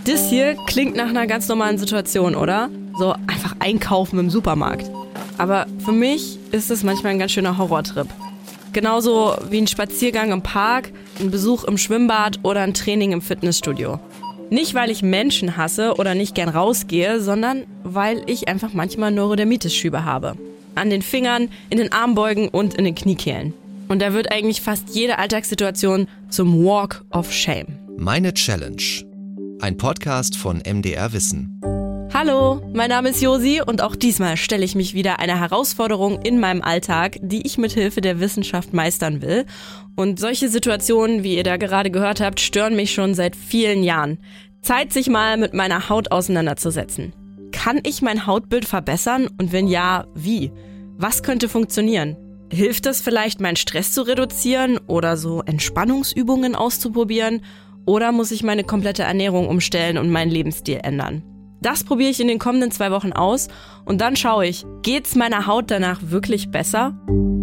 Das hier klingt nach einer ganz normalen Situation, oder? So einfach einkaufen im Supermarkt. Aber für mich ist es manchmal ein ganz schöner Horrortrip. Genauso wie ein Spaziergang im Park, ein Besuch im Schwimmbad oder ein Training im Fitnessstudio. Nicht, weil ich Menschen hasse oder nicht gern rausgehe, sondern weil ich einfach manchmal Neurodermitis-Schübe habe. An den Fingern, in den Armbeugen und in den Kniekehlen. Und da wird eigentlich fast jede Alltagssituation zum Walk of Shame. Meine Challenge. Ein Podcast von MDR Wissen. Hallo, mein Name ist Josi und auch diesmal stelle ich mich wieder einer Herausforderung in meinem Alltag, die ich mit Hilfe der Wissenschaft meistern will. Und solche Situationen, wie ihr da gerade gehört habt, stören mich schon seit vielen Jahren. Zeit, sich mal mit meiner Haut auseinanderzusetzen. Kann ich mein Hautbild verbessern und wenn ja, wie? Was könnte funktionieren? Hilft es vielleicht, meinen Stress zu reduzieren oder so Entspannungsübungen auszuprobieren? Oder muss ich meine komplette Ernährung umstellen und meinen Lebensstil ändern? Das probiere ich in den kommenden 2 Wochen aus und dann schaue ich, geht's meiner Haut danach wirklich besser?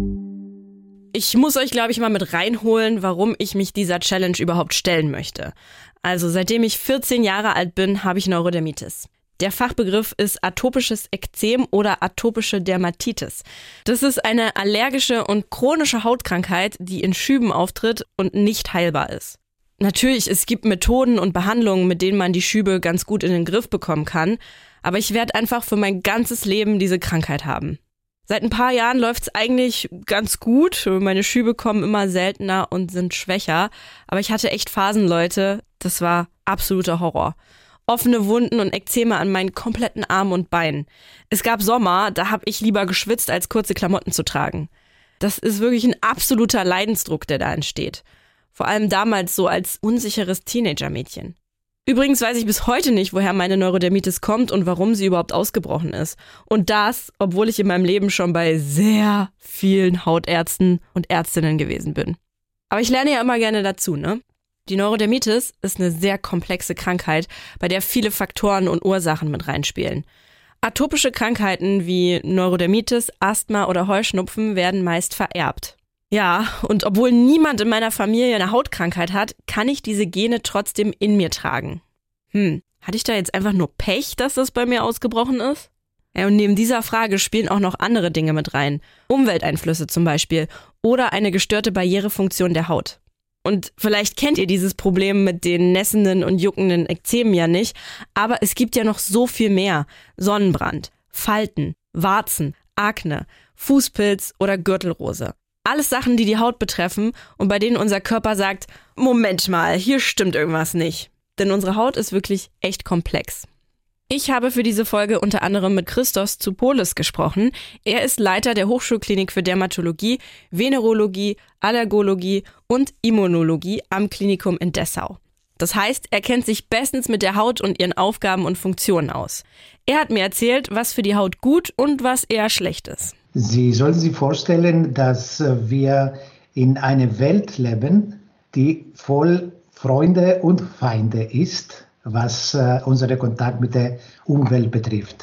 Ich muss euch, glaube ich, mal mit reinholen, warum ich mich dieser Challenge überhaupt stellen möchte. Also seitdem ich 14 Jahre alt bin, habe ich Neurodermitis. Der Fachbegriff ist atopisches Ekzem oder atopische Dermatitis. Das ist eine allergische und chronische Hautkrankheit, die in Schüben auftritt und nicht heilbar ist. Natürlich, es gibt Methoden und Behandlungen, mit denen man die Schübe ganz gut in den Griff bekommen kann, aber ich werde einfach für mein ganzes Leben diese Krankheit haben. Seit ein paar Jahren läuft es eigentlich ganz gut, meine Schübe kommen immer seltener und sind schwächer, aber ich hatte echt Phasen, Leute, das war absoluter Horror. Offene Wunden und Ekzeme an meinen kompletten Armen und Beinen. Es gab Sommer, da habe ich lieber geschwitzt, als kurze Klamotten zu tragen. Das ist wirklich ein absoluter Leidensdruck, der da entsteht. Vor allem damals so als unsicheres Teenager-Mädchen. Übrigens weiß ich bis heute nicht, woher meine Neurodermitis kommt und warum sie überhaupt ausgebrochen ist. Und das, obwohl ich in meinem Leben schon bei sehr vielen Hautärzten und Ärztinnen gewesen bin. Aber ich lerne ja immer gerne dazu, ne? Die Neurodermitis ist eine sehr komplexe Krankheit, bei der viele Faktoren und Ursachen mit reinspielen. Atopische Krankheiten wie Neurodermitis, Asthma oder Heuschnupfen werden meist vererbt. Ja, und obwohl niemand in meiner Familie eine Hautkrankheit hat, kann ich diese Gene trotzdem in mir tragen. Hatte ich da jetzt einfach nur Pech, dass das bei mir ausgebrochen ist? Ja, und neben dieser Frage spielen auch noch andere Dinge mit rein. Umwelteinflüsse zum Beispiel oder eine gestörte Barrierefunktion der Haut. Und vielleicht kennt ihr dieses Problem mit den nässenden und juckenden Ekzemen ja nicht, aber es gibt ja noch so viel mehr. Sonnenbrand, Falten, Warzen, Akne, Fußpilz oder Gürtelrose. Alles Sachen, die die Haut betreffen und bei denen unser Körper sagt, Moment mal, hier stimmt irgendwas nicht. Denn unsere Haut ist wirklich echt komplex. Ich habe für diese Folge unter anderem mit Christos Tsoupolis gesprochen. Er ist Leiter der Hochschulklinik für Dermatologie, Venerologie, Allergologie und Immunologie am Klinikum in Dessau. Das heißt, er kennt sich bestens mit der Haut und ihren Aufgaben und Funktionen aus. Er hat mir erzählt, was für die Haut gut und was eher schlecht ist. Sie sollten sich vorstellen, dass wir in einer Welt leben, die voll Freunde und Feinde ist, was unseren Kontakt mit der Umwelt betrifft.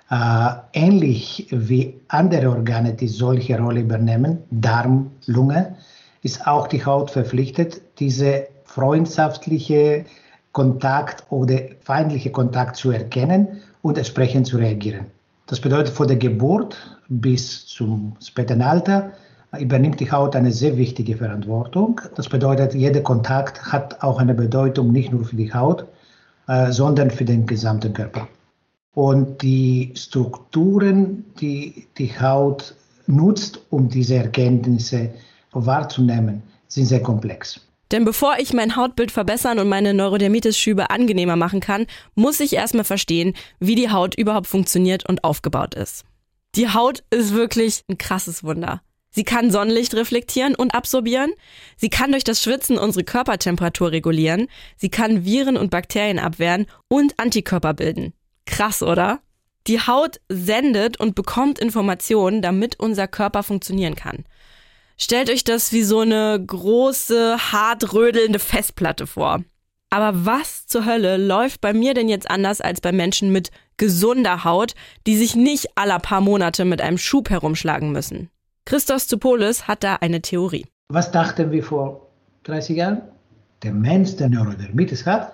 Ähnlich wie andere Organe, die solche Rolle übernehmen, Darm, Lunge, ist auch die Haut verpflichtet, diese freundschaftliche Kontakt oder feindliche Kontakt zu erkennen und entsprechend zu reagieren. Das bedeutet, von der Geburt bis zum späten Alter übernimmt die Haut eine sehr wichtige Verantwortung. Das bedeutet, jeder Kontakt hat auch eine Bedeutung nicht nur für die Haut, sondern für den gesamten Körper. Und die Strukturen, die die Haut nutzt, um diese Erkenntnisse wahrzunehmen, sind sehr komplex. Denn bevor ich mein Hautbild verbessern und meine Neurodermitis-Schübe angenehmer machen kann, muss ich erstmal verstehen, wie die Haut überhaupt funktioniert und aufgebaut ist. Die Haut ist wirklich ein krasses Wunder. Sie kann Sonnenlicht reflektieren und absorbieren. Sie kann durch das Schwitzen unsere Körpertemperatur regulieren. Sie kann Viren und Bakterien abwehren und Antikörper bilden. Krass, oder? Die Haut sendet und bekommt Informationen, damit unser Körper funktionieren kann. Stellt euch das wie so eine große, hart rödelnde Festplatte vor. Aber was zur Hölle läuft bei mir denn jetzt anders als bei Menschen mit gesunder Haut, die sich nicht alle paar Monate mit einem Schub herumschlagen müssen? Christos Tsoupolis hat da eine Theorie. Was dachten wir vor 30 Jahren? Der Mensch, der Neurodermitis hat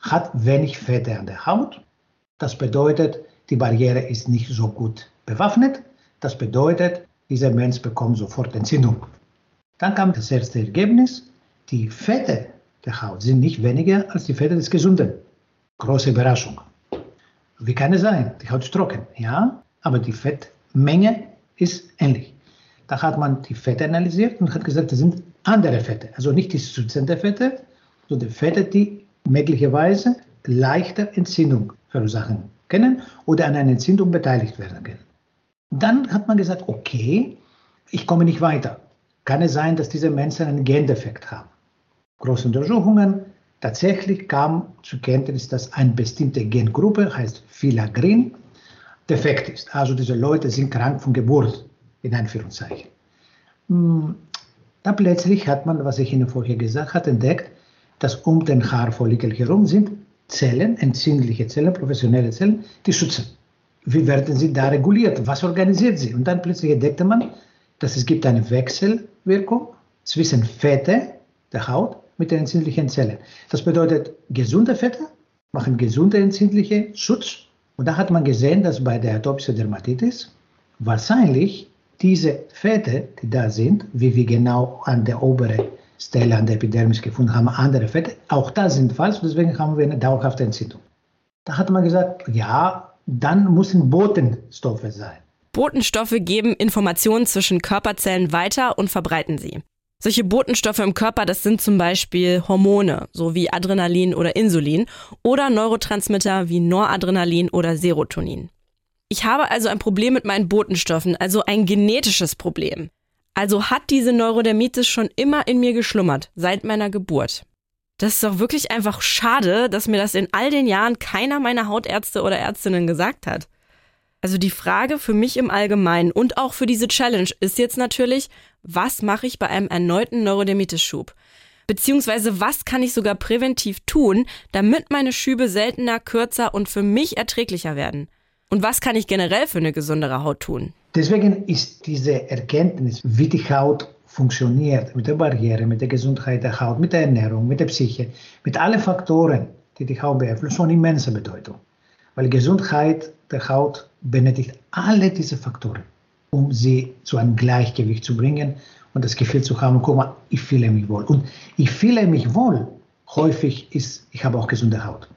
hat wenig Fette an der Haut. Das bedeutet, die Barriere ist nicht so gut bewaffnet. Das bedeutet, dieser Mensch bekommt sofort Entzündung. Dann kam das erste Ergebnis. Die Fette der Haut sind nicht weniger als die Fette des Gesunden. Große Überraschung. Wie kann es sein? Die Haut ist trocken, ja, aber die Fettmenge ist ähnlich. Da hat man die Fette analysiert und hat gesagt, das sind andere Fette. Also nicht die schützende Fette, sondern Fette, die möglicherweise leichter Entzündung verursachen können oder an einer Entzündung beteiligt werden können. Dann hat man gesagt, okay, ich komme nicht weiter. Kann es sein, dass diese Menschen einen Gendefekt haben? Große Untersuchungen, tatsächlich kam zur Kenntnis, dass eine bestimmte Gengruppe, heißt Filagrin, defekt ist. Also diese Leute sind krank von Geburt, in Anführungszeichen. Da plötzlich hat man, was ich Ihnen vorher gesagt habe, entdeckt, dass um den Haarfollikel herum sind Zellen, entzündliche Zellen, professionelle Zellen, die schützen. Wie werden sie da reguliert? Was organisiert sie? Und dann plötzlich entdeckte man, dass es gibt eine Wechselwirkung zwischen Fette der Haut mit den entzündlichen Zellen. Das bedeutet, gesunde Fette machen gesunde entzündliche Schutz. Und da hat man gesehen, dass bei der Atopische Dermatitis wahrscheinlich diese Fette, die da sind, wie wir genau an der oberen Stelle an der Epidermis gefunden haben, andere Fette, auch da sind falsch, deswegen haben wir eine dauerhafte Entzündung. Da hat man gesagt, ja, dann müssen Botenstoffe sein. Botenstoffe geben Informationen zwischen Körperzellen weiter und verbreiten sie. Solche Botenstoffe im Körper, das sind zum Beispiel Hormone, so wie Adrenalin oder Insulin, oder Neurotransmitter wie Noradrenalin oder Serotonin. Ich habe also ein Problem mit meinen Botenstoffen, also ein genetisches Problem. Also hat diese Neurodermitis schon immer in mir geschlummert, seit meiner Geburt. Das ist doch wirklich einfach schade, dass mir das in all den Jahren keiner meiner Hautärzte oder Ärztinnen gesagt hat. Also die Frage für mich im Allgemeinen und auch für diese Challenge ist jetzt natürlich, was mache ich bei einem erneuten Neurodermitis-Schub? Beziehungsweise was kann ich sogar präventiv tun, damit meine Schübe seltener, kürzer und für mich erträglicher werden? Und was kann ich generell für eine gesundere Haut tun? Deswegen ist diese Erkenntnis, wie die Haut funktioniert, mit der Barriere, mit der Gesundheit der Haut, mit der Ernährung, mit der Psyche, mit allen Faktoren, die die Haut beeinflussen, von immenser Bedeutung. Weil Gesundheit der Haut benötigt alle diese Faktoren, um sie zu einem Gleichgewicht zu bringen und das Gefühl zu haben, guck mal, ich fühle mich wohl. Und ich fühle mich wohl, häufig ist, ich habe auch gesunde Haut.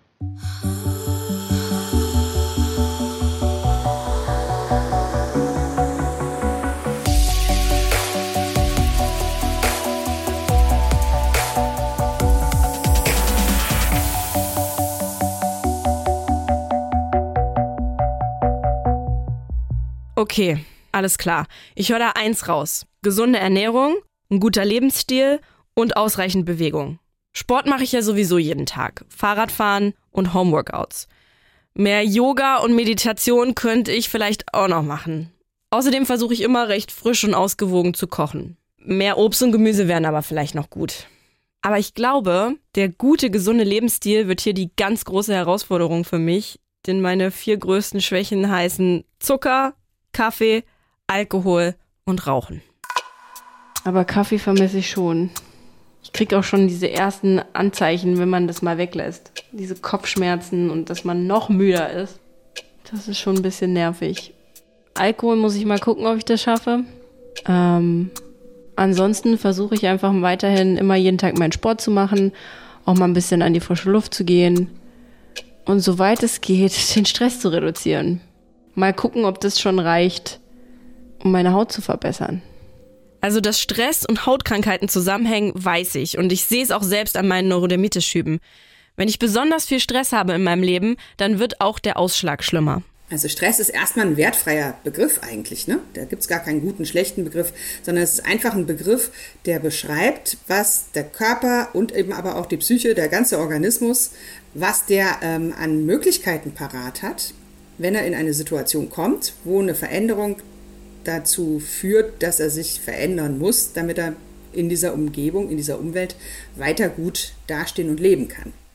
Okay, alles klar. Ich höre da eins raus. Gesunde Ernährung, ein guter Lebensstil und ausreichend Bewegung. Sport mache ich ja sowieso jeden Tag. Fahrradfahren und Homeworkouts. Mehr Yoga und Meditation könnte ich vielleicht auch noch machen. Außerdem versuche ich immer recht frisch und ausgewogen zu kochen. Mehr Obst und Gemüse wären aber vielleicht noch gut. Aber ich glaube, der gute, gesunde Lebensstil wird hier die ganz große Herausforderung für mich, denn meine 4 größten Schwächen heißen Zucker, Kaffee, Alkohol und Rauchen. Aber Kaffee vermisse ich schon. Ich kriege auch schon diese ersten Anzeichen, wenn man das mal weglässt. Diese Kopfschmerzen und dass man noch müder ist. Das ist schon ein bisschen nervig. Alkohol muss ich mal gucken, ob ich das schaffe. Ansonsten versuche ich einfach weiterhin immer jeden Tag meinen Sport zu machen, auch mal ein bisschen an die frische Luft zu gehen und soweit es geht, den Stress zu reduzieren. Mal gucken, ob das schon reicht, um meine Haut zu verbessern. Also, dass Stress und Hautkrankheiten zusammenhängen, weiß ich. Und ich sehe es auch selbst an meinen Neurodermitis-Schüben. Wenn ich besonders viel Stress habe in meinem Leben, dann wird auch der Ausschlag schlimmer. Also Stress ist erstmal ein wertfreier Begriff eigentlich, ne? Da gibt's gar keinen guten, schlechten Begriff, sondern es ist einfach ein Begriff, der beschreibt, was der Körper und eben aber auch die Psyche, der ganze Organismus, was der an Möglichkeiten parat hat, wenn er in eine Situation kommt, wo eine Veränderung dazu führt, dass er sich verändern muss, damit er in dieser Umgebung, in dieser Umwelt weiter gut dastehen und leben kann.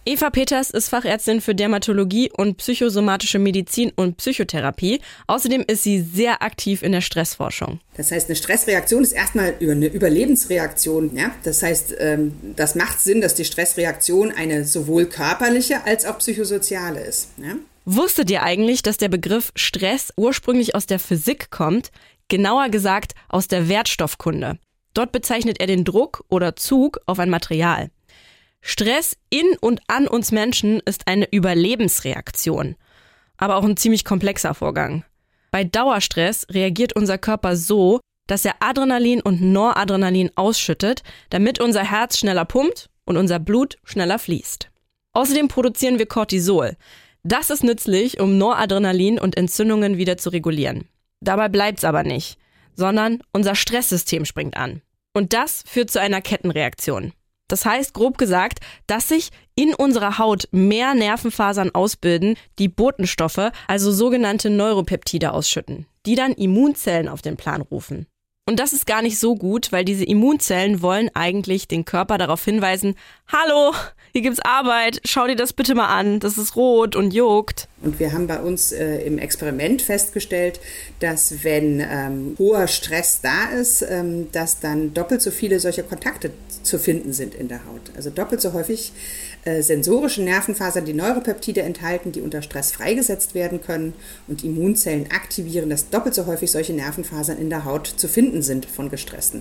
Eva Peters ist Fachärztin für Dermatologie und psychosomatische Medizin und Psychotherapie. Außerdem ist sie sehr aktiv in der Stressforschung. Das heißt, eine Stressreaktion ist erstmal eine Überlebensreaktion. Ja? Das heißt, das macht Sinn, dass die Stressreaktion eine sowohl körperliche als auch psychosoziale ist. Ja? Wusstet ihr eigentlich, dass der Begriff Stress ursprünglich aus der Physik kommt? Genauer gesagt aus der Wertstoffkunde. Dort bezeichnet er den Druck oder Zug auf ein Material. Stress in und an uns Menschen ist eine Überlebensreaktion, aber auch ein ziemlich komplexer Vorgang. Bei Dauerstress reagiert unser Körper so, dass er Adrenalin und Noradrenalin ausschüttet, damit unser Herz schneller pumpt und unser Blut schneller fließt. Außerdem produzieren wir Cortisol. Das ist nützlich, um Noradrenalin und Entzündungen wieder zu regulieren. Dabei bleibt's aber nicht, sondern unser Stresssystem springt an. Und das führt zu einer Kettenreaktion. Das heißt, grob gesagt, dass sich in unserer Haut mehr Nervenfasern ausbilden, die Botenstoffe, also sogenannte Neuropeptide ausschütten, die dann Immunzellen auf den Plan rufen. Und das ist gar nicht so gut, weil diese Immunzellen wollen eigentlich den Körper darauf hinweisen, hallo, hier gibt's Arbeit, schau dir das bitte mal an, das ist rot und juckt. Und wir haben bei uns im Experiment festgestellt, dass wenn hoher Stress da ist, dass dann doppelt so viele solcher Kontakte zu finden sind in der Haut. Also doppelt so häufig sensorische Nervenfasern, die Neuropeptide enthalten, die unter Stress freigesetzt werden können und Immunzellen aktivieren, dass doppelt so häufig solche Nervenfasern in der Haut zu finden sind von Gestressten.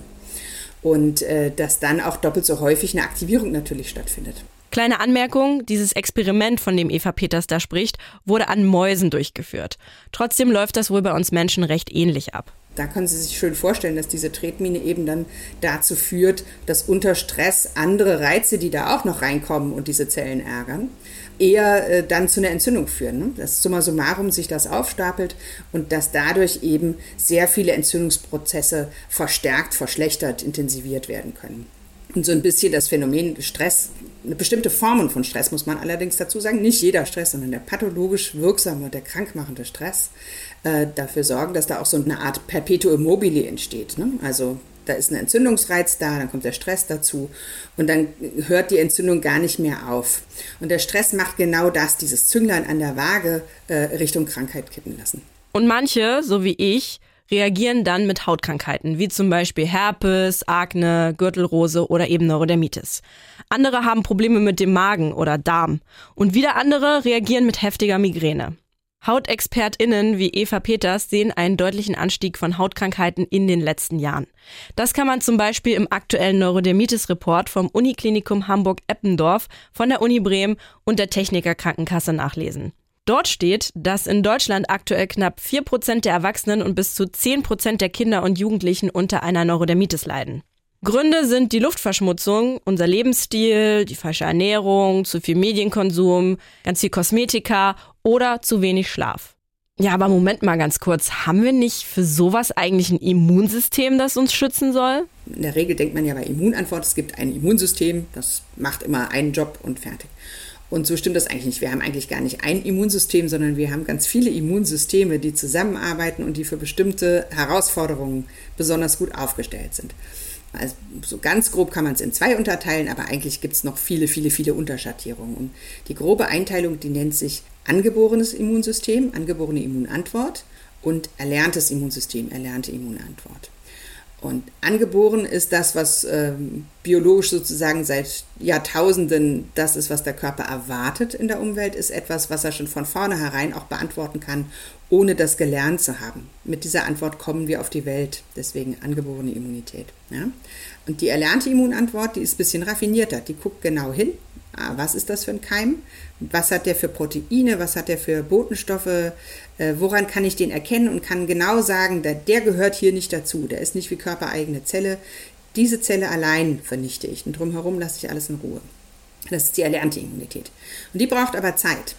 Und dass dann auch doppelt so häufig eine Aktivierung natürlich stattfindet. Kleine Anmerkung, dieses Experiment, von dem Eva Peters da spricht, wurde an Mäusen durchgeführt. Trotzdem läuft das wohl bei uns Menschen recht ähnlich ab. Da können Sie sich schön vorstellen, dass diese Tretmine eben dann dazu führt, dass unter Stress andere Reize, die da auch noch reinkommen und diese Zellen ärgern, eher dann zu einer Entzündung führen. Ne? Dass summa summarum sich das aufstapelt und dass dadurch eben sehr viele Entzündungsprozesse verstärkt, verschlechtert, intensiviert werden können. Und so ein bisschen das Phänomen Stress, eine bestimmte Form von Stress muss man allerdings dazu sagen, nicht jeder Stress, sondern der pathologisch wirksame und der krankmachende Stress dafür sorgen, dass da auch so eine Art Perpetuum mobile entsteht. Ne? Also da ist ein Entzündungsreiz da, dann kommt der Stress dazu und dann hört die Entzündung gar nicht mehr auf. Und der Stress macht genau das, dieses Zünglein an der Waage Richtung Krankheit kippen lassen. Und manche, so wie ich, reagieren dann mit Hautkrankheiten, wie zum Beispiel Herpes, Akne, Gürtelrose oder eben Neurodermitis. Andere haben Probleme mit dem Magen oder Darm und wieder andere reagieren mit heftiger Migräne. HautexpertInnen wie Eva Peters sehen einen deutlichen Anstieg von Hautkrankheiten in den letzten Jahren. Das kann man zum Beispiel im aktuellen Neurodermitis-Report vom Uniklinikum Hamburg-Eppendorf, von der Uni Bremen und der Techniker Krankenkasse nachlesen. Dort steht, dass in Deutschland aktuell knapp 4% der Erwachsenen und bis zu 10% der Kinder und Jugendlichen unter einer Neurodermitis leiden. Gründe sind die Luftverschmutzung, unser Lebensstil, die falsche Ernährung, zu viel Medienkonsum, ganz viel Kosmetika oder zu wenig Schlaf. Ja, aber Moment mal ganz kurz, haben wir nicht für sowas eigentlich ein Immunsystem, das uns schützen soll? In der Regel denkt man ja bei Immunantwort, es gibt ein Immunsystem, das macht immer einen Job und fertig. Und so stimmt das eigentlich nicht. Wir haben eigentlich gar nicht ein Immunsystem, sondern wir haben ganz viele Immunsysteme, die zusammenarbeiten und die für bestimmte Herausforderungen besonders gut aufgestellt sind. Also so ganz grob kann man es in 2 unterteilen, aber eigentlich gibt es noch viele, viele, viele Unterschattierungen. Und die grobe Einteilung, die nennt sich angeborenes Immunsystem, angeborene Immunantwort und erlerntes Immunsystem, erlernte Immunantwort. Und angeboren ist das, was biologisch sozusagen seit Jahrtausenden das ist, was der Körper erwartet in der Umwelt, ist etwas, was er schon von vornherein auch beantworten kann, ohne das gelernt zu haben. Mit dieser Antwort kommen wir auf die Welt, deswegen angeborene Immunität. Ja? Und die erlernte Immunantwort, die ist ein bisschen raffinierter, die guckt genau hin. Was ist das für ein Keim? Was hat der für Proteine? Was hat der für Botenstoffe? Woran kann ich den erkennen und kann genau sagen, der gehört hier nicht dazu. Der ist nicht wie körpereigene Zelle. Diese Zelle allein vernichte ich und drumherum lasse ich alles in Ruhe. Das ist die erlernte Immunität. Und die braucht aber Zeit.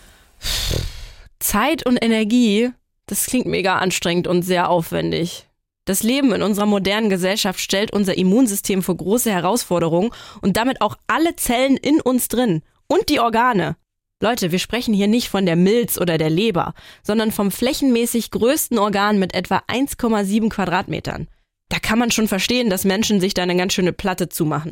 Zeit und Energie, das klingt mega anstrengend und sehr aufwendig. Das Leben in unserer modernen Gesellschaft stellt unser Immunsystem vor große Herausforderungen und damit auch alle Zellen in uns drin und die Organe. Leute, wir sprechen hier nicht von der Milz oder der Leber, sondern vom flächenmäßig größten Organ mit etwa 1,7 Quadratmetern. Da kann man schon verstehen, dass Menschen sich da eine ganz schöne Platte zumachen.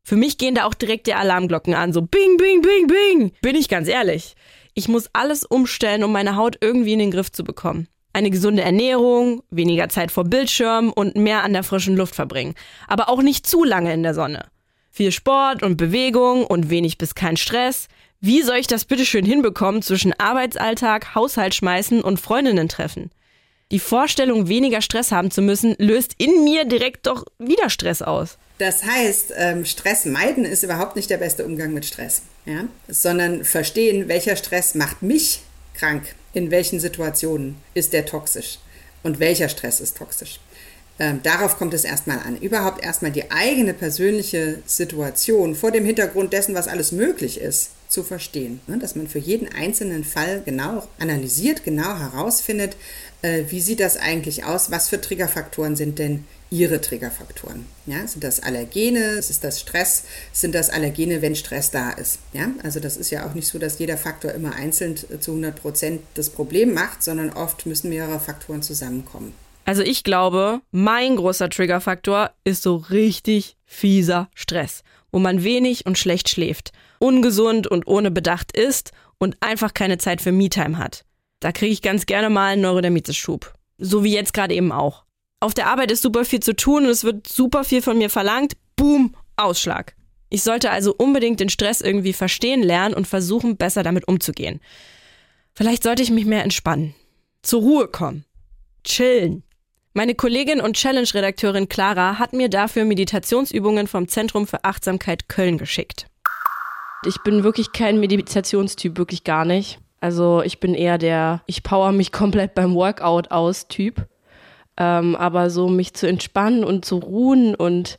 Für mich gehen da auch direkt die Alarmglocken an, so bing, bing, bing, bing. Bin ich ganz ehrlich. Ich muss alles umstellen, um meine Haut irgendwie in den Griff zu bekommen. Eine gesunde Ernährung, weniger Zeit vor Bildschirm und mehr an der frischen Luft verbringen. Aber auch nicht zu lange in der Sonne. Viel Sport und Bewegung und wenig bis kein Stress. Wie soll ich das bitte schön hinbekommen zwischen Arbeitsalltag, Haushalt schmeißen und Freundinnen treffen? Die Vorstellung, weniger Stress haben zu müssen, löst in mir direkt doch wieder Stress aus. Das heißt, Stress meiden ist überhaupt nicht der beste Umgang mit Stress, ja? Sondern verstehen, welcher Stress macht mich krank, in welchen Situationen ist der toxisch und welcher Stress ist toxisch. Darauf kommt es erstmal an. Überhaupt erstmal die eigene persönliche Situation vor dem Hintergrund dessen, was alles möglich ist, zu verstehen. Dass man für jeden einzelnen Fall genau analysiert, genau herausfindet, wie sieht das eigentlich aus, was für Triggerfaktoren sind denn Ihre Triggerfaktoren. Ja, sind das Allergene, ist das Stress, sind das Allergene, wenn Stress da ist. Ja, also das ist ja auch nicht so, dass jeder Faktor immer einzeln zu 100% das Problem macht, sondern oft müssen mehrere Faktoren zusammenkommen. Also ich glaube, mein großer Triggerfaktor ist so richtig fieser Stress, wo man wenig und schlecht schläft, ungesund und ohne Bedacht isst und einfach keine Zeit für Me-Time hat. Da kriege ich ganz gerne mal einen Neurodermitis-Schub. So wie jetzt gerade eben auch. Auf der Arbeit ist super viel zu tun und es wird super viel von mir verlangt. Boom, Ausschlag. Ich sollte also unbedingt den Stress irgendwie verstehen lernen und versuchen, besser damit umzugehen. Vielleicht sollte ich mich mehr entspannen. Zur Ruhe kommen. Chillen. Meine Kollegin und Challenge-Redakteurin Clara hat mir dafür Meditationsübungen vom Zentrum für Achtsamkeit Köln geschickt. Ich bin wirklich kein Meditationstyp, wirklich gar nicht. Also ich bin eher der, ich power mich komplett beim Workout aus Typ. Aber so mich zu entspannen und zu ruhen und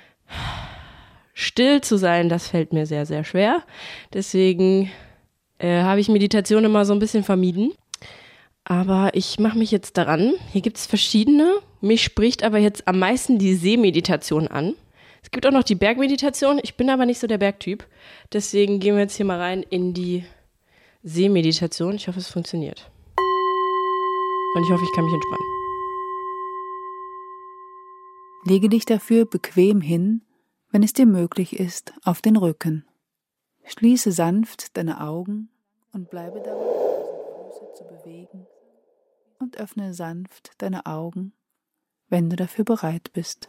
still zu sein, das fällt mir sehr, sehr schwer. Deswegen habe ich Meditation immer so ein bisschen vermieden. Aber ich mache mich jetzt daran. Hier gibt es verschiedene. Mich spricht aber jetzt am meisten die Seemeditation an. Es gibt auch noch die Bergmeditation. Ich bin aber nicht so der Bergtyp. Deswegen gehen wir jetzt hier mal rein in die Seemeditation. Ich hoffe, es funktioniert. Und ich hoffe, ich kann mich entspannen. Lege dich dafür bequem hin, wenn es dir möglich ist, auf den Rücken. Schließe sanft deine Augen und bleibe dabei, deine Füße zu bewegen, und öffne sanft deine Augen, wenn du dafür bereit bist.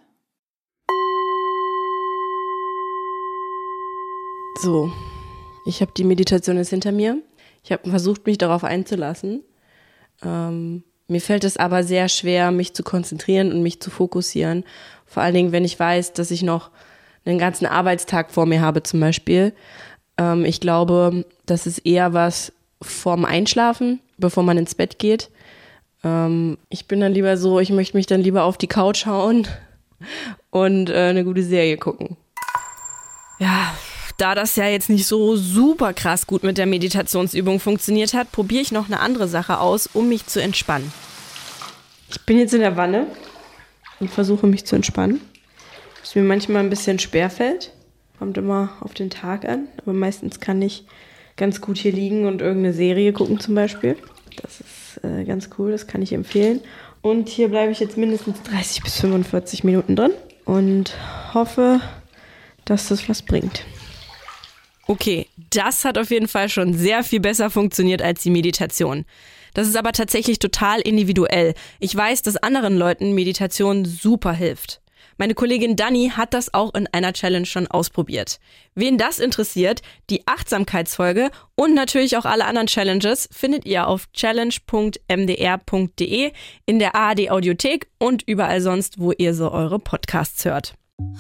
So, ich habe die Meditation jetzt hinter mir. Ich habe versucht, mich darauf einzulassen. Mir fällt es aber sehr schwer, mich zu konzentrieren und mich zu fokussieren. Vor allen Dingen, wenn ich weiß, dass ich noch einen ganzen Arbeitstag vor mir habe zum Beispiel. Ich glaube, das ist eher was vorm Einschlafen, bevor man ins Bett geht. Ich bin dann lieber so, ich möchte mich dann lieber auf die Couch hauen und eine gute Serie gucken. Ja, da das ja jetzt nicht so super krass gut mit der Meditationsübung funktioniert hat, probiere ich noch eine andere Sache aus, um mich zu entspannen. Ich bin jetzt in der Wanne und versuche mich zu entspannen. Was mir manchmal ein bisschen schwerfällt. Kommt immer auf den Tag an. Aber meistens kann ich ganz gut hier liegen und irgendeine Serie gucken zum Beispiel. Das ist ganz cool, das kann ich empfehlen. Und hier bleibe ich jetzt mindestens 30 bis 45 Minuten drin und hoffe, dass das was bringt. Okay, das hat auf jeden Fall schon sehr viel besser funktioniert als die Meditation. Das ist aber tatsächlich total individuell. Ich weiß, dass anderen Leuten Meditation super hilft. Meine Kollegin Dani hat das auch in einer Challenge schon ausprobiert. Wen das interessiert, die Achtsamkeitsfolge und natürlich auch alle anderen Challenges findet ihr auf challenge.mdr.de, in der ARD Audiothek und überall sonst, wo ihr so eure Podcasts hört.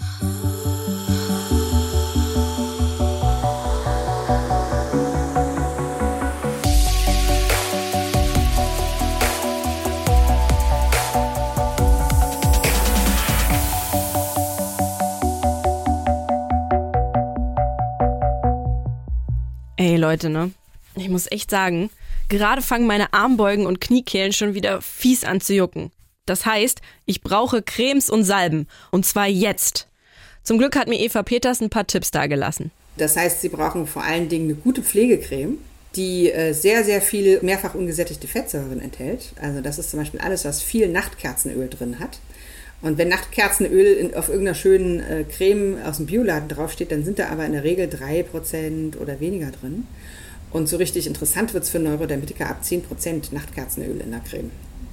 Ey Leute, ne? Ich muss echt sagen, gerade fangen meine Armbeugen und Kniekehlen schon wieder fies an zu jucken. Das heißt, ich brauche Cremes und Salben. Und zwar jetzt. Zum Glück hat mir Eva Peters ein paar Tipps dagelassen. Das heißt, Sie brauchen vor allen Dingen eine gute Pflegecreme, die sehr, sehr viel mehrfach ungesättigte Fettsäuren enthält. Also das ist zum Beispiel alles, was viel Nachtkerzenöl drin hat. Und wenn Nachtkerzenöl auf irgendeiner schönen Creme aus dem Bioladen draufsteht, dann sind da aber in der Regel 3% oder weniger drin. Und so richtig interessant wird es für Neurodermitiker ab 10% Nachtkerzenöl in der Creme.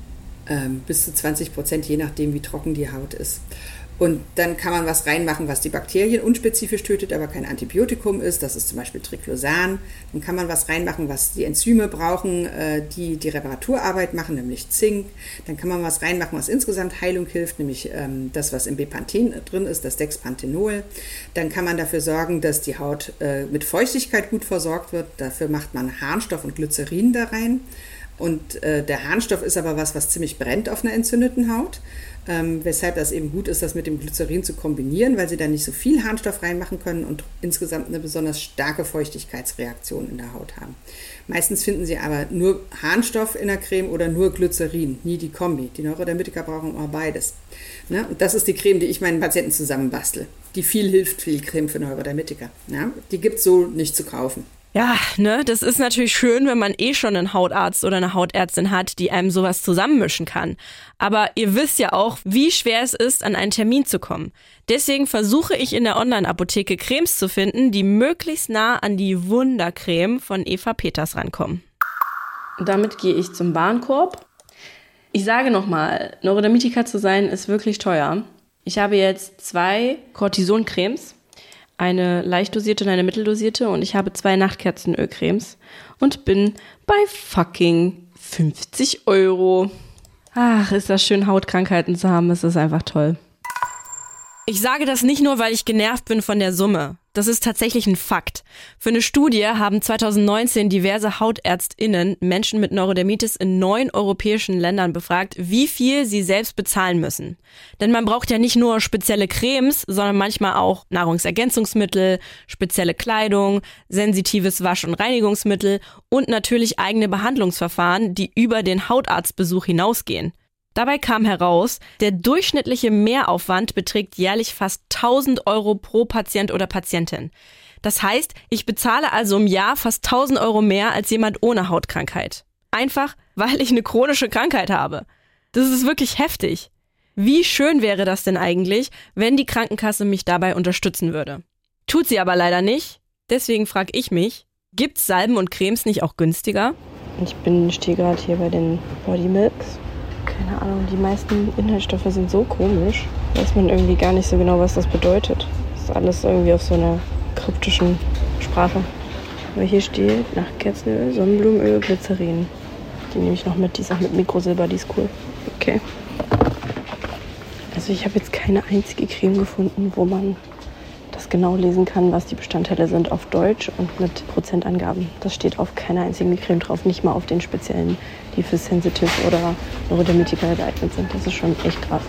Bis zu 20%, je nachdem, wie trocken die Haut ist. Und dann kann man was reinmachen, was die Bakterien unspezifisch tötet, aber kein Antibiotikum ist. Das ist zum Beispiel Triclosan. Dann kann man was reinmachen, was die Enzyme brauchen, die die Reparaturarbeit machen, nämlich Zink. Dann kann man was reinmachen, was insgesamt Heilung hilft, nämlich das, was im Bepanthen drin ist, das Dexpanthenol. Dann kann man dafür sorgen, dass die Haut mit Feuchtigkeit gut versorgt wird. Dafür macht man Harnstoff und Glycerin da rein. Und der Harnstoff ist aber was ziemlich brennt auf einer entzündeten Haut. Weshalb das eben gut ist, das mit dem Glycerin zu kombinieren, weil sie da nicht so viel Harnstoff reinmachen können und insgesamt eine besonders starke Feuchtigkeitsreaktion in der Haut haben. Meistens finden sie aber nur Harnstoff in der Creme oder nur Glycerin, nie die Kombi. Die Neurodermitiker brauchen immer beides. Ne? Und das ist die Creme, die ich meinen Patienten zusammenbastel. Die viel hilft, viel Creme für Neurodermitiker. Ja? Die gibt es so nicht zu kaufen. Ja, ne, das ist natürlich schön, wenn man schon einen Hautarzt oder eine Hautärztin hat, die einem sowas zusammenmischen kann. Aber ihr wisst ja auch, wie schwer es ist, an einen Termin zu kommen. Deswegen versuche ich in der Online-Apotheke Cremes zu finden, die möglichst nah an die Wundercreme von Eva Peters rankommen. Damit gehe ich zum Warenkorb. Ich sage nochmal, Neurodermitiker zu sein ist wirklich teuer. Ich habe jetzt 2 Cortison-Cremes. Eine leicht dosierte und eine mitteldosierte und ich habe 2 Nachtkerzenölcremes und bin bei fucking 50 €. Ach, ist das schön, Hautkrankheiten zu haben, es ist einfach toll. Ich sage das nicht nur, weil ich genervt bin von der Summe. Das ist tatsächlich ein Fakt. Für eine Studie haben 2019 diverse HautärztInnen Menschen mit Neurodermitis in 9 europäischen Ländern befragt, wie viel sie selbst bezahlen müssen. Denn man braucht ja nicht nur spezielle Cremes, sondern manchmal auch Nahrungsergänzungsmittel, spezielle Kleidung, sensitives Wasch- und Reinigungsmittel und natürlich eigene Behandlungsverfahren, die über den Hautarztbesuch hinausgehen. Dabei kam heraus, der durchschnittliche Mehraufwand beträgt jährlich fast 1.000 € pro Patient oder Patientin. Das heißt, ich bezahle also im Jahr fast 1.000 € mehr als jemand ohne Hautkrankheit. Einfach, weil ich eine chronische Krankheit habe. Das ist wirklich heftig. Wie schön wäre das denn eigentlich, wenn die Krankenkasse mich dabei unterstützen würde? Tut sie aber leider nicht. Deswegen frage ich mich, gibt's Salben und Cremes nicht auch günstiger? Ich stehe gerade hier bei den Body Milks. Keine Ahnung, die meisten Inhaltsstoffe sind so komisch, weiß man irgendwie gar nicht so genau, was das bedeutet. Das ist alles irgendwie auf so einer kryptischen Sprache. Aber hier steht Nachtkerzenöl, Sonnenblumenöl, Glycerin. Die nehme ich noch mit, die ist auch mit Mikrosilber, die ist cool. Okay. Also ich habe jetzt keine einzige Creme gefunden, wo man das genau lesen kann, was die Bestandteile sind auf Deutsch und mit Prozentangaben. Das steht auf keiner einzigen Creme drauf, nicht mal auf den speziellen, die für Sensitive oder Neurodermitiker geeignet sind. Das ist schon echt krass.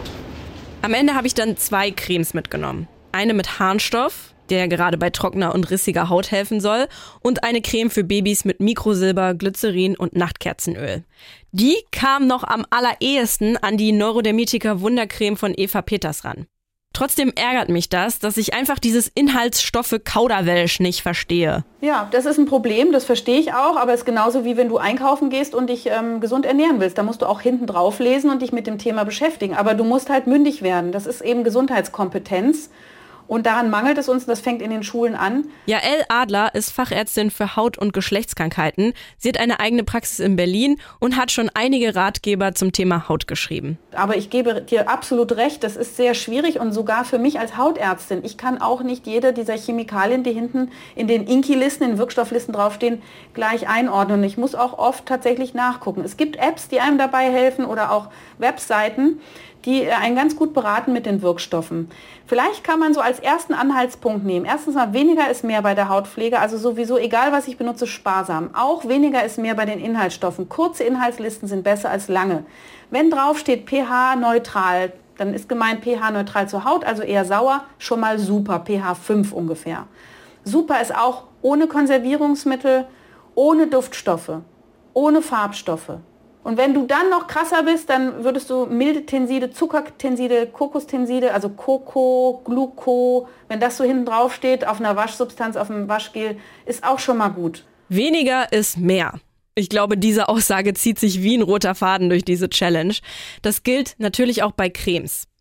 Am Ende habe ich dann 2 Cremes mitgenommen. Eine mit Harnstoff, der gerade bei trockener und rissiger Haut helfen soll, und eine Creme für Babys mit Mikrosilber, Glycerin und Nachtkerzenöl. Die kam noch am allerersten an die Neurodermitiker Wundercreme von Eva Peters ran. Trotzdem ärgert mich das, dass ich einfach dieses Inhaltsstoffe-Kauderwelsch nicht verstehe. Ja, das ist ein Problem, das verstehe ich auch, aber es ist genauso wie wenn du einkaufen gehst und dich gesund ernähren willst. Da musst du auch hinten drauf lesen und dich mit dem Thema beschäftigen. Aber du musst halt mündig werden. Das ist eben Gesundheitskompetenz. Und daran mangelt es uns, das fängt in den Schulen an. Jael Adler ist Fachärztin für Haut- und Geschlechtskrankheiten. Sie hat eine eigene Praxis in Berlin und hat schon einige Ratgeber zum Thema Haut geschrieben. Aber ich gebe dir absolut recht, das ist sehr schwierig und sogar für mich als Hautärztin. Ich kann auch nicht jede dieser Chemikalien, die hinten in den INCI-Listen, in den Wirkstofflisten draufstehen, gleich einordnen. Und ich muss auch oft tatsächlich nachgucken. Es gibt Apps, die einem dabei helfen oder auch Webseiten, die einen ganz gut beraten mit den Wirkstoffen. Vielleicht kann man so als ersten Anhaltspunkt nehmen. Erstens mal, weniger ist mehr bei der Hautpflege, also sowieso, egal was ich benutze, sparsam. Auch weniger ist mehr bei den Inhaltsstoffen. Kurze Inhaltslisten sind besser als lange. Wenn drauf steht pH-neutral, dann ist gemeint pH-neutral zur Haut, also eher sauer, schon mal super, pH 5 ungefähr. Super ist auch ohne Konservierungsmittel, ohne Duftstoffe, ohne Farbstoffe. Und wenn du dann noch krasser bist, dann würdest du milde Tenside, Zuckertenside, Kokostenside, also Koko, Gluco, wenn das so hinten drauf steht, auf einer Waschsubstanz, auf einem Waschgel, ist auch schon mal gut. Weniger ist mehr. Ich glaube, diese Aussage zieht sich wie ein roter Faden durch diese Challenge. Das gilt natürlich auch bei Cremes.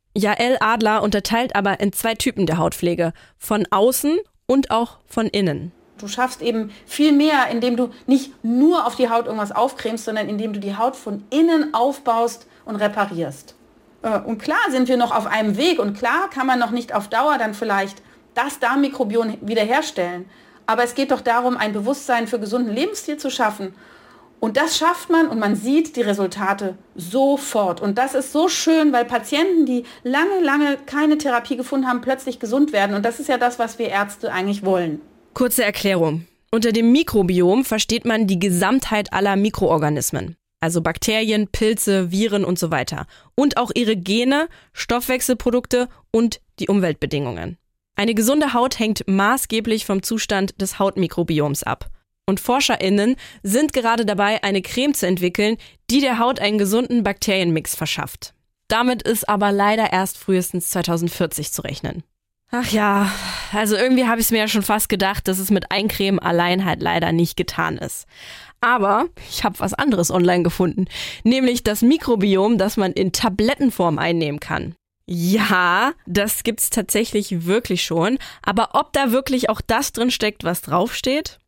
Jael Adler unterteilt aber in 2 Typen der Hautpflege, von außen und auch von innen. Du schaffst eben viel mehr, indem du nicht nur auf die Haut irgendwas aufcremst, sondern indem du die Haut von innen aufbaust und reparierst. Und klar sind wir noch auf einem Weg und klar kann man noch nicht auf Dauer dann vielleicht das Darmmikrobiom wiederherstellen. Aber es geht doch darum, ein Bewusstsein für gesunden Lebensstil zu schaffen. Und das schafft man und man sieht die Resultate sofort. Und das ist so schön, weil Patienten, die lange keine Therapie gefunden haben, plötzlich gesund werden. Und das ist ja das, was wir Ärzte eigentlich wollen. Kurze Erklärung. Unter dem Mikrobiom versteht man die Gesamtheit aller Mikroorganismen. Also Bakterien, Pilze, Viren und so weiter. Und auch ihre Gene, Stoffwechselprodukte und die Umweltbedingungen. Eine gesunde Haut hängt maßgeblich vom Zustand des Hautmikrobioms ab. Und ForscherInnen sind gerade dabei, eine Creme zu entwickeln, die der Haut einen gesunden Bakterienmix verschafft. Damit ist aber leider erst frühestens 2040 zu rechnen. Ach ja, also irgendwie habe ich es mir ja schon fast gedacht, dass es mit Eincremen allein halt leider nicht getan ist. Aber ich habe was anderes online gefunden, nämlich das Mikrobiom, das man in Tablettenform einnehmen kann. Ja, das gibt's tatsächlich wirklich schon, aber ob da wirklich auch das drin steckt, was draufsteht?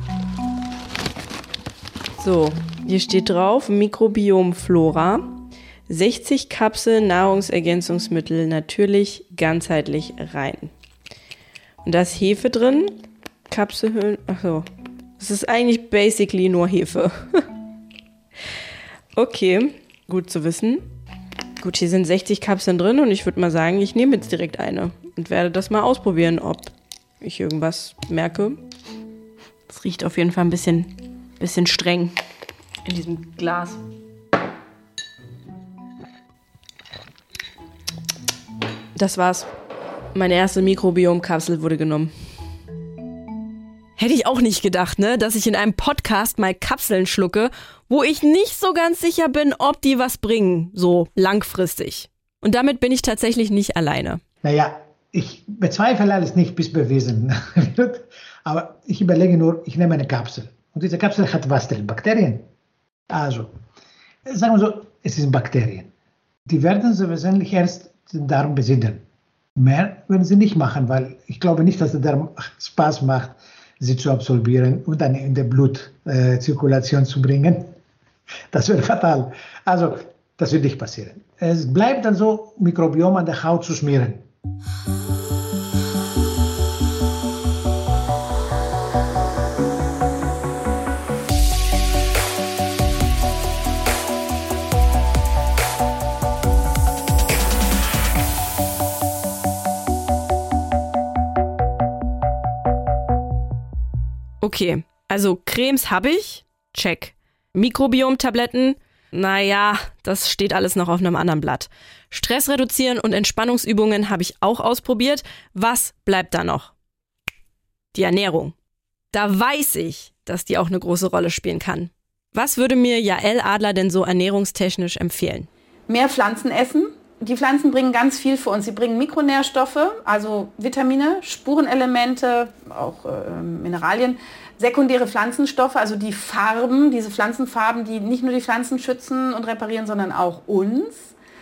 So, hier steht drauf, Mikrobiomflora, 60 Kapseln Nahrungsergänzungsmittel natürlich ganzheitlich rein. Und da ist Hefe drin, Kapselhüllen, achso, das ist eigentlich basically nur Hefe. Okay, gut zu wissen. Gut, hier sind 60 Kapseln drin und ich würde mal sagen, ich nehme jetzt direkt eine und werde das mal ausprobieren, ob ich irgendwas merke. Es riecht auf jeden Fall ein bisschen streng in diesem Glas. Das war's. Meine erste Mikrobiomkapsel wurde genommen. Hätte ich auch nicht gedacht, ne, dass ich in einem Podcast mal Kapseln schlucke, wo ich nicht so ganz sicher bin, ob die was bringen, so langfristig. Und damit bin ich tatsächlich nicht alleine. Naja, ich bezweifle alles nicht, bis bewiesen wird. Aber ich überlege nur, ich nehme eine Kapsel. Und diese Kapsel hat was drin? Bakterien. Also, sagen wir so, es sind Bakterien. Die werden so wesentlich erst den Darm besiedeln. Mehr werden sie nicht machen, weil ich glaube nicht, dass der Darm Spaß macht, sie zu absorbieren und dann in der Blutzirkulation zu bringen. Das wäre fatal. Also, das wird nicht passieren. Es bleibt dann so, Mikrobiom an der Haut zu schmieren. Okay, also Cremes habe ich, check. Mikrobiom-Tabletten, naja, das steht alles noch auf einem anderen Blatt. Stress reduzieren und Entspannungsübungen habe ich auch ausprobiert. Was bleibt da noch? Die Ernährung. Da weiß ich, dass die auch eine große Rolle spielen kann. Was würde mir Jael Adler denn so ernährungstechnisch empfehlen? Mehr Pflanzen essen. Die Pflanzen bringen ganz viel für uns. Sie bringen Mikronährstoffe, also Vitamine, Spurenelemente, auch Mineralien, sekundäre Pflanzenstoffe, also die Farben, diese Pflanzenfarben, die nicht nur die Pflanzen schützen und reparieren, sondern auch uns.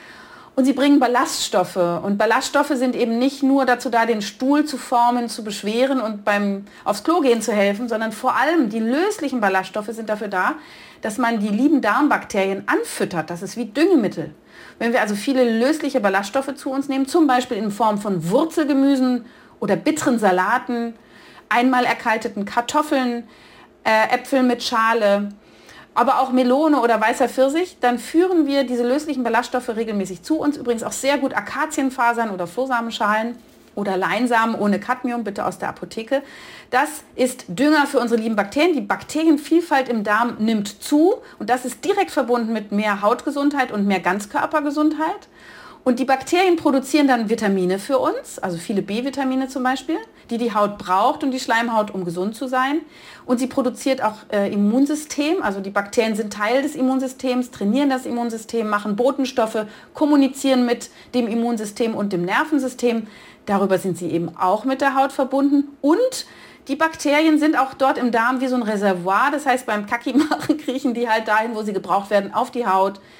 Und sie bringen Ballaststoffe. Und Ballaststoffe sind eben nicht nur dazu da, den Stuhl zu formen, zu beschweren und beim aufs Klo gehen zu helfen, sondern vor allem die löslichen Ballaststoffe sind dafür da, dass man die lieben Darmbakterien anfüttert. Das ist wie Düngemittel. Wenn wir also viele lösliche Ballaststoffe zu uns nehmen, zum Beispiel in Form von Wurzelgemüsen oder bitteren Salaten, einmal erkalteten Kartoffeln, Äpfeln mit Schale, aber auch Melone oder weißer Pfirsich, dann führen wir diese löslichen Ballaststoffe regelmäßig zu uns. Übrigens auch sehr gut Akazienfasern oder Flohsamenschalen oder Leinsamen ohne Cadmium, bitte aus der Apotheke. Das ist Dünger für unsere lieben Bakterien. Die Bakterienvielfalt im Darm nimmt zu und das ist direkt verbunden mit mehr Hautgesundheit und mehr Ganzkörpergesundheit. Und die Bakterien produzieren dann Vitamine für uns, also viele B-Vitamine zum Beispiel, die die Haut braucht und die Schleimhaut, um gesund zu sein. Und sie produziert auch Immunsystem, also die Bakterien sind Teil des Immunsystems, trainieren das Immunsystem, machen Botenstoffe, kommunizieren mit dem Immunsystem und dem Nervensystem. Darüber sind sie eben auch mit der Haut verbunden. Und die Bakterien sind auch dort im Darm wie so ein Reservoir, das heißt beim Kacki machen kriechen die halt dahin, wo sie gebraucht werden, auf die Haut,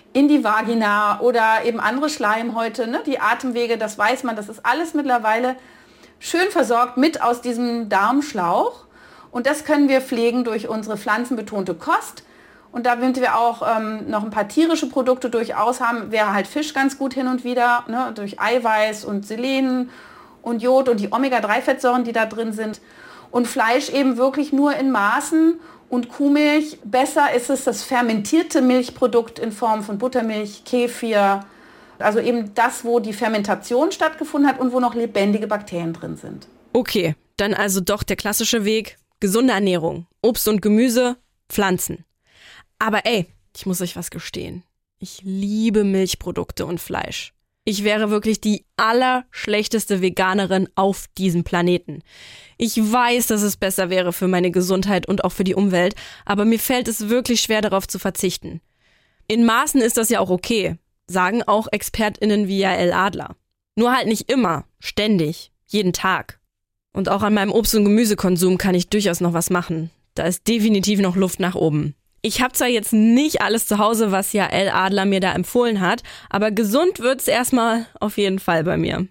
in die Vagina oder eben andere Schleimhäute, ne? Die Atemwege, das weiß man, das ist alles mittlerweile schön versorgt mit aus diesem Darmschlauch. Und das können wir pflegen durch unsere pflanzenbetonte Kost. Und da würden wir auch noch ein paar tierische Produkte durchaus haben. Wäre halt Fisch ganz gut hin und wieder, ne? Durch Eiweiß und Selen und Jod und die Omega-3-Fettsäuren, die da drin sind. Und Fleisch eben wirklich nur in Maßen. Und Kuhmilch, besser ist es das fermentierte Milchprodukt in Form von Buttermilch, Kefir. Also eben das, wo die Fermentation stattgefunden hat und wo noch lebendige Bakterien drin sind. Okay, dann also doch der klassische Weg. Gesunde Ernährung, Obst und Gemüse, Pflanzen. Aber ey, ich muss euch was gestehen. Ich liebe Milchprodukte und Fleisch. Ich wäre wirklich die allerschlechteste Veganerin auf diesem Planeten. Ich weiß, dass es besser wäre für meine Gesundheit und auch für die Umwelt, aber mir fällt es wirklich schwer, darauf zu verzichten. In Maßen ist das ja auch okay, sagen auch ExpertInnen wie Jael Adler. Nur halt nicht immer, ständig, jeden Tag. Und auch an meinem Obst- und Gemüsekonsum kann ich durchaus noch was machen. Da ist definitiv noch Luft nach oben. Ich habe zwar jetzt nicht alles zu Hause, was Jael Adler mir da empfohlen hat, aber gesund wird's erstmal auf jeden Fall bei mir.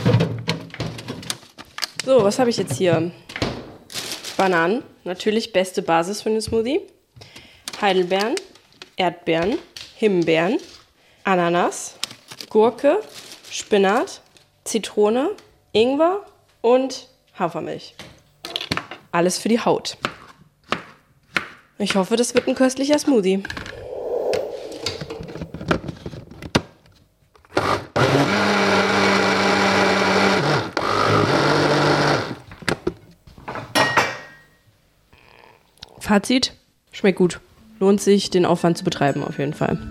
So, was habe ich jetzt hier? Bananen, natürlich beste Basis für einen Smoothie. Heidelbeeren, Erdbeeren, Himbeeren, Ananas, Gurke, Spinat, Zitrone, Ingwer und Hafermilch. Alles für die Haut. Ich hoffe, das wird ein köstlicher Smoothie. Fazit: Schmeckt gut. Lohnt sich, den Aufwand zu betreiben, auf jeden Fall.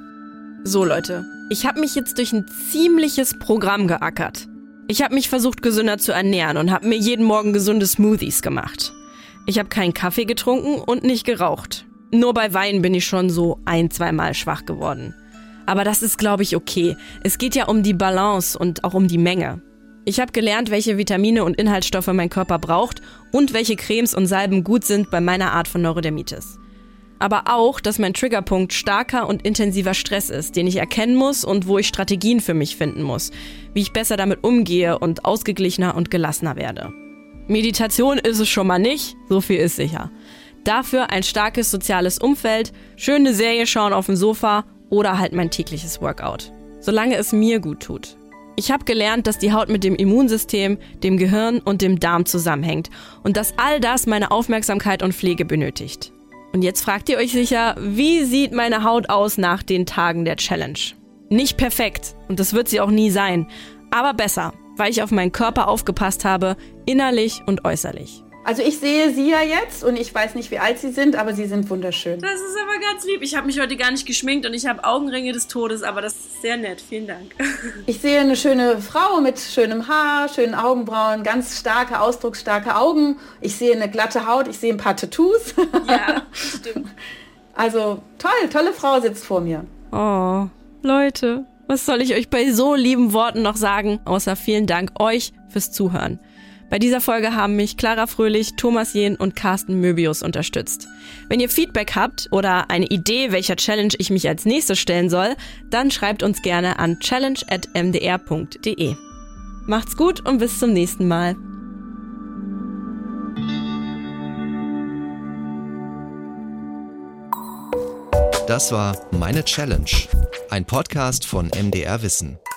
So Leute, ich habe mich jetzt durch ein ziemliches Programm geackert. Ich habe mich versucht, gesünder zu ernähren und habe mir jeden Morgen gesunde Smoothies gemacht. Ich habe keinen Kaffee getrunken und nicht geraucht. Nur bei Wein bin ich schon so 1-2 Mal schwach geworden. Aber das ist, glaube ich, okay. Es geht ja um die Balance und auch um die Menge. Ich habe gelernt, welche Vitamine und Inhaltsstoffe mein Körper braucht und welche Cremes und Salben gut sind bei meiner Art von Neurodermitis. Aber auch, dass mein Triggerpunkt starker und intensiver Stress ist, den ich erkennen muss und wo ich Strategien für mich finden muss, wie ich besser damit umgehe und ausgeglichener und gelassener werde. Meditation ist es schon mal nicht, so viel ist sicher. Dafür ein starkes soziales Umfeld, schöne Serie schauen auf dem Sofa oder halt mein tägliches Workout. Solange es mir gut tut. Ich habe gelernt, dass die Haut mit dem Immunsystem, dem Gehirn und dem Darm zusammenhängt und dass all das meine Aufmerksamkeit und Pflege benötigt. Und jetzt fragt ihr euch sicher, wie sieht meine Haut aus nach den Tagen der Challenge? Nicht perfekt und das wird sie auch nie sein, aber besser, weil ich auf meinen Körper aufgepasst habe, innerlich und äußerlich. Also ich sehe Sie ja jetzt und ich weiß nicht, wie alt Sie sind, aber Sie sind wunderschön. Das ist aber ganz lieb. Ich habe mich heute gar nicht geschminkt und ich habe Augenringe des Todes, aber das ist sehr nett. Vielen Dank. Ich sehe eine schöne Frau mit schönem Haar, schönen Augenbrauen, ganz starke, ausdrucksstarke Augen. Ich sehe eine glatte Haut, ich sehe ein paar Tattoos. Ja, stimmt. Also tolle Frau sitzt vor mir. Oh, Leute, was soll ich euch bei so lieben Worten noch sagen, außer vielen Dank euch fürs Zuhören. Bei dieser Folge haben mich Clara Fröhlich, Thomas Jehn und Carsten Möbius unterstützt. Wenn ihr Feedback habt oder eine Idee, welcher Challenge ich mich als nächstes stellen soll, dann schreibt uns gerne an challenge@mdr.de. Macht's gut und bis zum nächsten Mal. Das war Meine Challenge, ein Podcast von MDR Wissen.